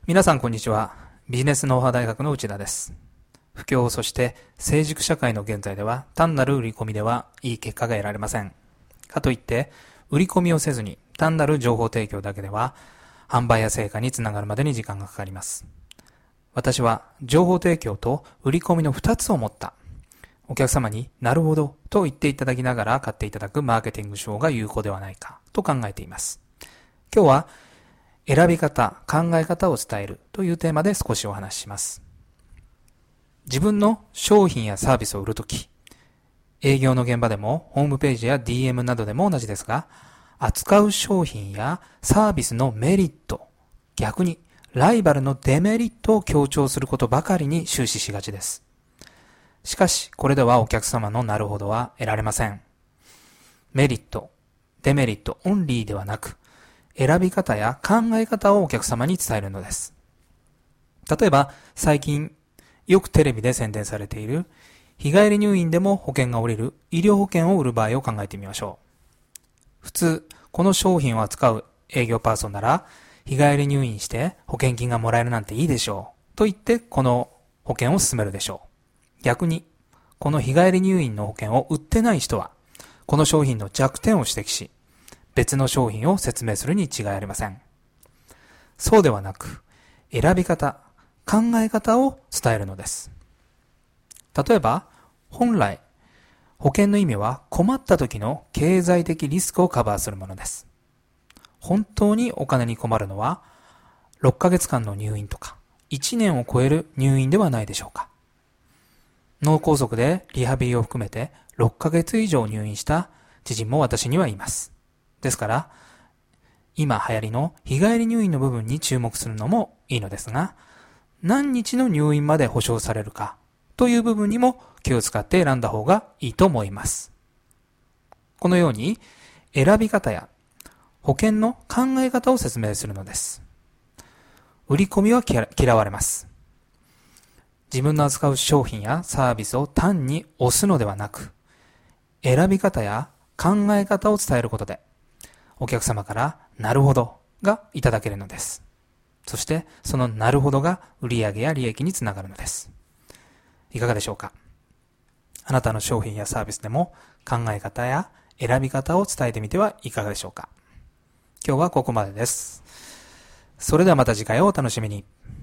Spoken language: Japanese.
皆さんこんにちは。ビジネスノウハウ大学の内田です。不況、そして成熟社会の現在では単なる売り込みではいい結果が得られません。かといって売り込みをせずに単なる情報提供だけでは販売や成果につながるまでに時間がかかります。私は情報提供と売り込みの2つを持ったお客様になるほどと言っていただきながら買っていただくマーケティング手法が有効ではないかと考えています。今日は選び方、考え方を伝えるというテーマで少しお話しします。自分の商品やサービスを売るとき、営業の現場でもホームページや DM などでも同じですが、扱う商品やサービスのメリット、逆にライバルのデメリットを強調することばかりに終始しがちです。しかし、これではお客様のなるほどは得られません。メリット、デメリットオンリーではなく、選び方や考え方をお客様に伝えるのです。例えば、最近よくテレビで宣伝されている日帰り入院でも保険が下りる医療保険を売る場合を考えてみましょう。普通、この商品を扱う営業パーソンなら、日帰り入院して保険金がもらえるなんていいでしょうと言ってこの保険を勧めるでしょう。逆に、この日帰り入院の保険を売ってない人は、この商品の弱点を指摘し、別の商品を説明するに違いありません。そうではなく、選び方、考え方を伝えるのです。例えば、本来、保険の意味は困った時の経済的リスクをカバーするものです。本当にお金に困るのは、6ヶ月間の入院とか、1年を超える入院ではないでしょうか。脳梗塞でリハビリを含めて6ヶ月以上入院した知人も私にはいます。ですから、今流行りの日帰り入院の部分に注目するのもいいのですが、何日の入院まで保証されるかという部分にも気を使って選んだ方がいいと思います。このように選び方や保険の考え方を説明するのです。売り込みは嫌われます。自分の扱う商品やサービスを単に押すのではなく、選び方や考え方を伝えることで、お客様からなるほどがいただけるのです。そしてそのなるほどが売上や利益につながるのです。いかがでしょうか。あなたの商品やサービスでも考え方や選び方を伝えてみてはいかがでしょうか。今日はここまでです。それではまた次回をお楽しみに。